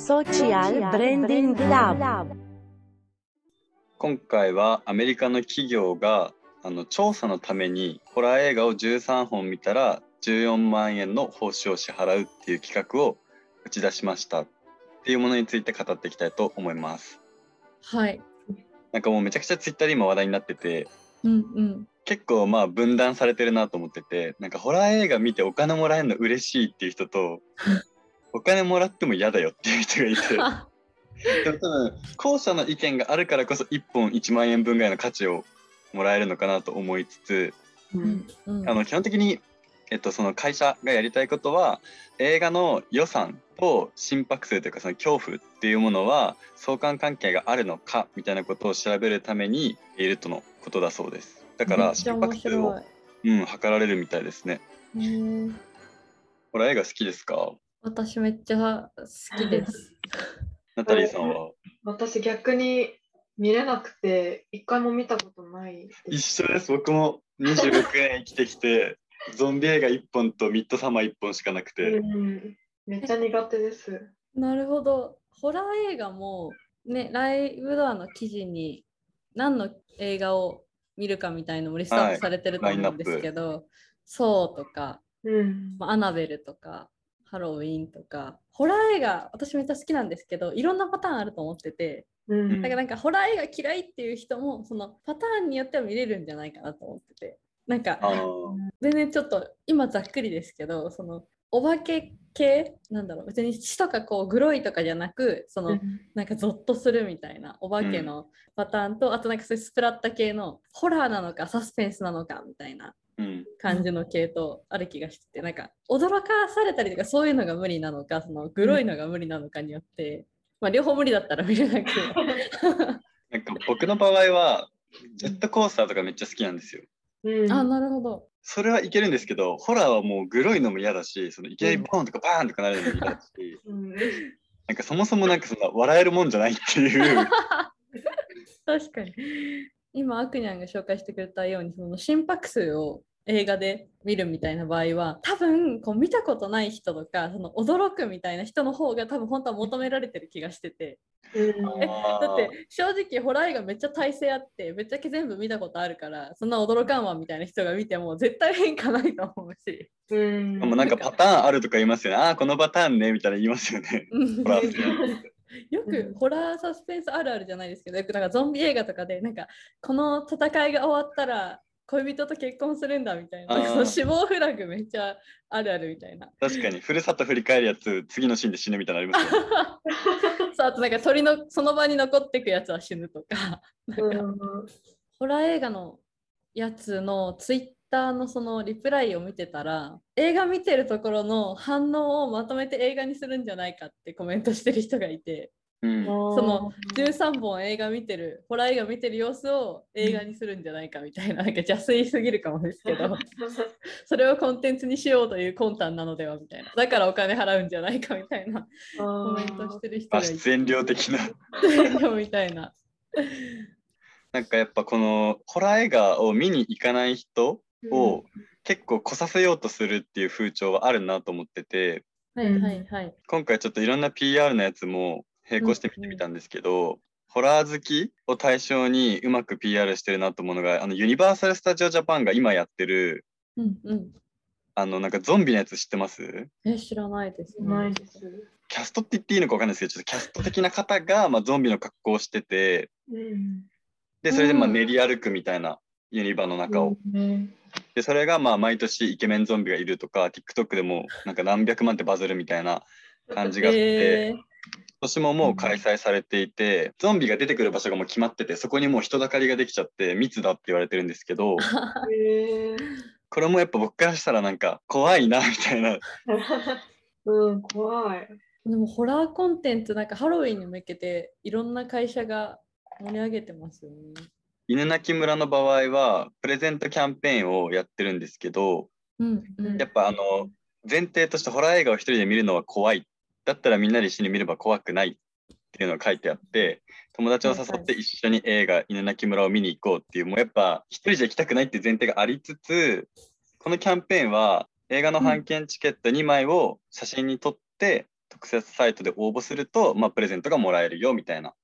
Social Branding Lab。 今回はアメリカの企業が調査のためにホラー映画を13本見たら14万円の報酬を支払うっていう企画を打ち出しましたっていうものについて語っていきたいと思います。 はい。 なんかもうめちゃくちゃツイッターで今話題になってて、結構分断されてるなと思ってて、なんかホラー映画見てお金もらえるの嬉しいっていう人とお金もらっても嫌だよっていう人がいてでも多分後者の意見があるからこそ1本1万円分ぐらいの価値をもらえるのかなと思いつつ、基本的に、その会社がやりたいことは映画の予算と心拍数というかその恐怖っていうものは相関関係があるのかみたいなことを調べるためにいるとのことだそうです。だから心拍数を、測られるみたいですね。ホラー映画好きですか？ 私めっちゃ好きです。 ナタリーさんは？ 私逆に見れなくて一回も見たことないです。 一緒です。僕も26年生きてきてゾンビ映画1本とミッドサマー1本しかなくて、 めっちゃ苦手です。 なるほど。ホラー映画もね、ライブドアの記事に何の映画を見るかみたいのもリストアップされてると思うんですけど、ソーとか、アナベルとかハロウィンとか、ホラー映画私めっちゃ好きなんですけど、いろんなパターンあると思ってて、だからなんかホラー映画嫌いっていう人もそのパターンによっては見れるんじゃないかなと思ってて、なんか全然ちょっと今ざっくりですけど、そのお化け系なんだろう、別に血とかこうグロいとかじゃなく、そのなんかゾッとするみたいなお化けのパターンと、あとなんかそういうスプラッタ系のホラーなのかサスペンスなのかみたいな感じの系統ある気がしてて、なんか驚かされたりとかそういうのが無理なのか、そのグロいのが無理なのかによって、両方無理だったら見れなくてなんか僕の場合はジェットコースターとかめっちゃ好きなんですよ。 あ、なるほど。 それはいけるんですけど、ホラーはもうグロいのも嫌だし、そのいきなりボーンとかバーンとかなるのも嫌だし、なんかそもそもなんかそんな笑えるもんじゃないっていう確かに今アクニャンが紹介してくれたように、その心拍数を映画で見るみたいな場合は、多分こう見たことない人とかその驚くみたいな人の方が多分本当は求められてる気がしてて、だって正直ホラー映画めっちゃ耐性あってめっちゃ全部見たことあるから、そんな驚かんわみたいな人が見ても絶対変化ないと思うし、 でもなんかパターンあるとか言いますよね。ああこのパターンねみたいな言いますよね。ホラーよくホラーサスペンスあるあるじゃないですけど、よくなんかゾンビ映画とかでなんかこの戦いが終わったら恋人と結婚するんだみたいな、その死亡フラグめっちゃあるあるみたいな。 確かにふるさと振り返るやつ次のシーンで死ぬみたいなのありますよねそう、あとなんか鳥のその場に残っていくやつは死ぬとか、なんかホラー映画のやつのツイッターのそのリプライを見てたら、映画見てるところの反応をまとめて映画にするんじゃないかってコメントしてる人がいて、その13本映画見てる、ホラー映画見てる様子を映画にするんじゃないかみたいな、なんか邪推すぎるかもですけどそれをコンテンツにしようという魂胆なのではみたいな、だからお金払うんじゃないかみたいなコメントしてる人がいて、 出演料的な出演料みたいななんかやっぱこのホラー映画を見に行かない人を結構来させようとするっていう風潮はあるなと思ってて、今回ちょっといろんな PR のやつも並行して見てみたんですけど、ホラー好きを対象にうまく PR してるなと思うのが、ユニバーサル・スタジオ・ジャパンが今やってる、なんかゾンビのやつ知ってます？ 知らないです、 ないです。 キャストって言っていいのか分かんないですけど、ちょっとキャスト的な方が、ゾンビの格好をしてて、でそれで練り歩くみたいなユニバの中を、でそれが毎年イケメンゾンビがいるとか TikTok でもなんか何百万ってバズるみたいな感じがあって、今年ももう開催されていて、ゾンビが出てくる場所がもう決まってて、そこにもう人だかりができちゃって密だって言われてるんですけどこれもやっぱ僕からしたらなんか怖いなみたいな怖い。 でもホラーコンテンツなんかハロウィンに向けていろんな会社が盛り上げてますよね。 犬鳴村の場合はプレゼントキャンペーンをやってるんですけど、やっぱ前提としてホラー映画を一人で見るのは怖い、だったらみんなで一緒に見れば怖くないっていうのが書いてあって、友達を誘って一緒に映画犬鳴村を見に行こうっていう、もうやっぱ一人じゃ行きたくないっていう前提がありつつ、このキャンペーンは映画の半券チケット2枚を写真に撮って特設サイトで応募すると、まあ、プレゼントがもらえるよみたいな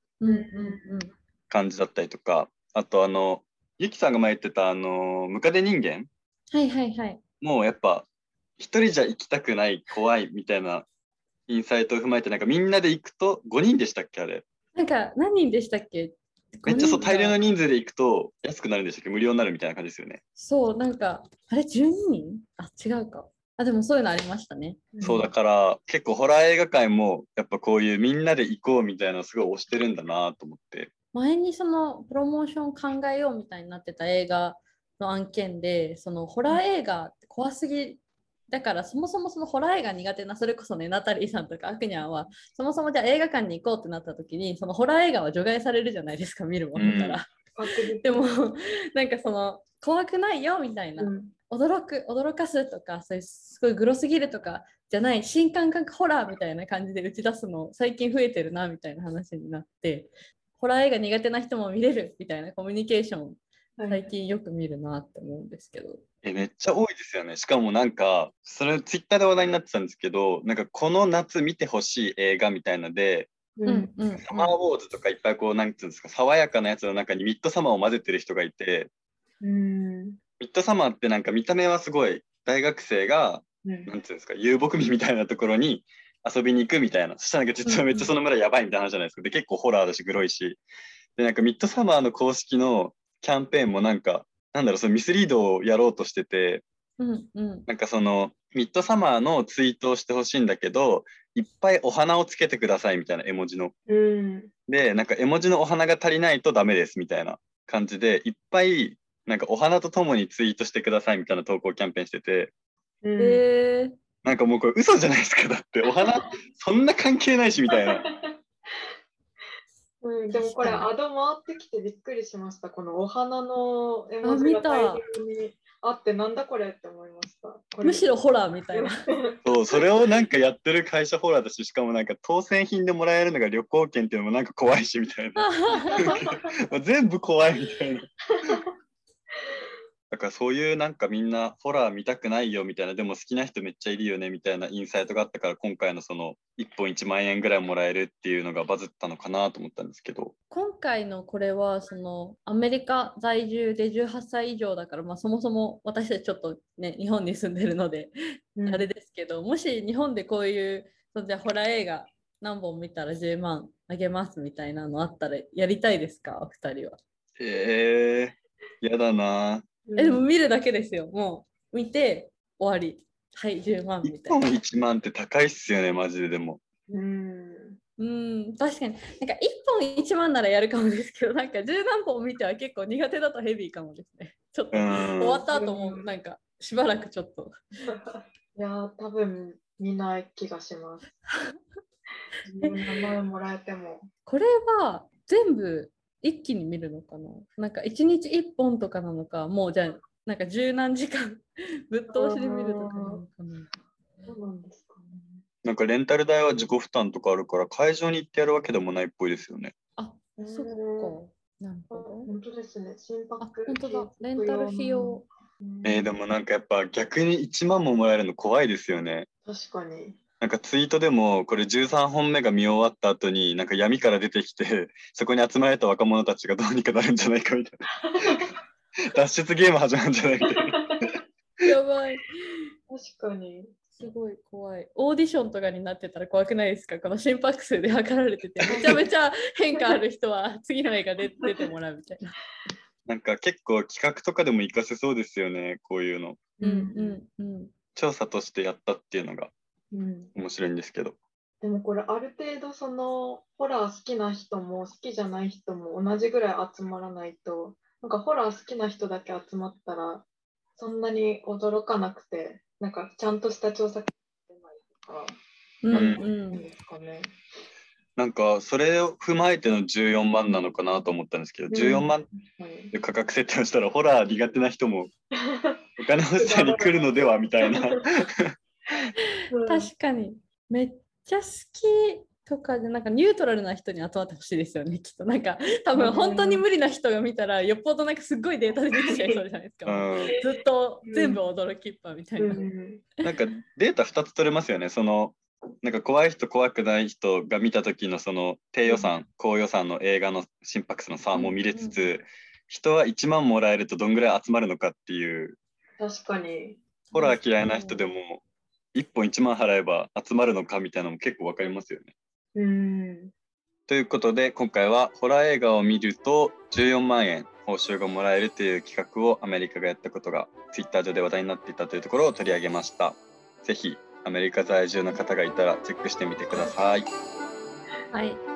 感じだったりとか、あとゆきさんが前言ってたムカデ人間、 はいはいはい、 もうやっぱ一人じゃ行きたくない怖いみたいなインサイトを踏まえて、なんかみんなで行くと5人でしたっけあれ。 なんか何人でしたっけ。 めっちゃそう大量の人数で行くと安くなるんでしたっけ、無料になるみたいな感じですよね。 そうなんかあれ12人あ違うか、あでもそういうのありましたね。 そうだから結構ホラー映画界もやっぱこういうみんなで行こうみたいなのすごい推してるんだなと思って。 前にそのプロモーション考えようみたいになってた映画の案件で、そのホラー映画って怖すぎだから、そもそもそのホラー映画苦手な、それこそねナタリーさんとかアクニャンはそもそもじゃあ映画館に行こうってなった時に、そのホラー映画は除外されるじゃないですか、見るものから、でもなんかその怖くないよみたいな、驚かすとか、そういうすごいグロすぎるとかじゃない新感覚ホラーみたいな感じで打ち出すの最近増えてるなみたいな話になって、ホラー映画苦手な人も見れるみたいなコミュニケーション最近よく見るなって思うんですけど、 めっちゃ多いですよね。しかもなんかそれツイッターで話題になってたんですけど、なんかこの夏見てほしい映画みたいので、サマーウォーズとかいっぱいこうなんていうんですか、爽やかなやつの中にミッドサマーを混ぜてる人がいて、ミッドサマーってなんか見た目はすごい大学生が、なんていうんですか、遊牧民みたいなところに遊びに行くみたいな、そしたらなんか実はめっちゃその村やばいみたいな話じゃないですか。で結構ホラーだしグロいし、でなんかミッドサマーの公式のキャンペーンもなんかなんだろう、そのミスリードをやろうとしてて、なんかそのミッドサマーのツイートをしてほしいんだけど、いっぱいお花をつけてくださいみたいな絵文字の、でなんか絵文字のお花が足りないとダメですみたいな感じで、いっぱいなんかお花とともにツイートしてくださいみたいな投稿キャンペーンしてて、なんかもうこれ嘘じゃないですか、だってお花そんな関係ないしみたいな。 でもこれアド回ってきてびっくりしました。このお花の絵文字が大量にあってなんだこれって思いました。 むしろホラーみたいな。 それをなんかやってる会社ホラーだし、しかもなんか当選品でもらえるのが旅行券っていうのもなんか怖いしみたいな。全部怖いみたいな。だからそういうなんかみんなホラー見たくないよみたいな、でも好きな人めっちゃいるよねみたいなインサイトがあったから、今回のその1本1万円ぐらいもらえるっていうのがバズったのかなと思ったんですけど、 今回のこれはそのアメリカ在住で18歳以上だから、まあ、そもそも私たちちょっとね日本に住んでるので、あれですけど、もし日本でこういうじゃホラー映画何本見たら10万あげますみたいなのあったらやりたいですか、お二人は。 やだな。 でも見るだけですよ。もう見て終わり。はい、10万みたいな。 1本1万って高いっすよね、マジで。でも。 確かに。なんか1本1万ならやるかもですけど、なんか10何本見ては結構苦手だとヘビーかもですね。ちょっと終わった後もなんかしばらくちょっと。 いや、多分見ない気がします。名前もらえても。 これは全部一気に見るのかな、なんか1日1本とかなのか、もうじゃあなんか十何時間ぶっ通しで見るとかなのかな。 そうなんですかね。 なんかレンタル代は自己負担とかあるから会場に行ってやるわけでもないっぽいですよね。 あ、そっか。なるほど。 本当ですね。心拍。 本当だ。レンタル費用。 でもなんかやっぱ逆に1万ももらえるの怖いですよね。 確かに。 なんかツイートでもこれ13本目が見終わった後になんか闇から出てきてそこに集まれた若者たちがどうにかなるんじゃないかみたいな脱出ゲーム始まるんじゃないみたいな。 やばい。 確かに。 すごい怖い。オーディションとかになってたら怖くないですか、この心拍数で測られててめちゃめちゃ変化ある人は次の映画で出てもらうみたいな。 なんか結構企画とかでも活かせそうですよね、こういうの。調査としてやったっていうのが面白いんですけど、 でもこれある程度そのホラー好きな人も好きじゃない人も同じぐらい集まらないと、なんかホラー好きな人だけ集まったらそんなに驚かなくて、なんかちゃんとした調査結果出ないとか、なんですかね。 なんかそれを踏まえての14万なのかなと思ったんですけど、14万で価格設定をしたらホラー苦手な人もお金欲しさに来るのではみたいな。 確かにめっちゃ好きとかでなんかニュートラルな人に集まってほしいですよね、きっと。なんか多分本当に無理な人が見たらよっぽどなんかすごいデータでできちゃいそうじゃないですか。ずっと全部驚きっぱみたいな。 なんかデータ2つ取れますよね。そのなんか怖い人怖くない人が見た時のその低予算、高予算の映画の心拍数の差も見れつつ、人は1万もらえるとどんぐらい集まるのかっていう。 確かに。 ホラー嫌いな人でも1本1万払えば集まるのかみたいなのも結構わかりますよね。ということで今回はホラー映画を見ると14万円報酬がもらえるという企画をアメリカがやったことがツイッター上で話題になっていたというところを取り上げました。ぜひアメリカ在住の方がいたらチェックしてみてください。 はい。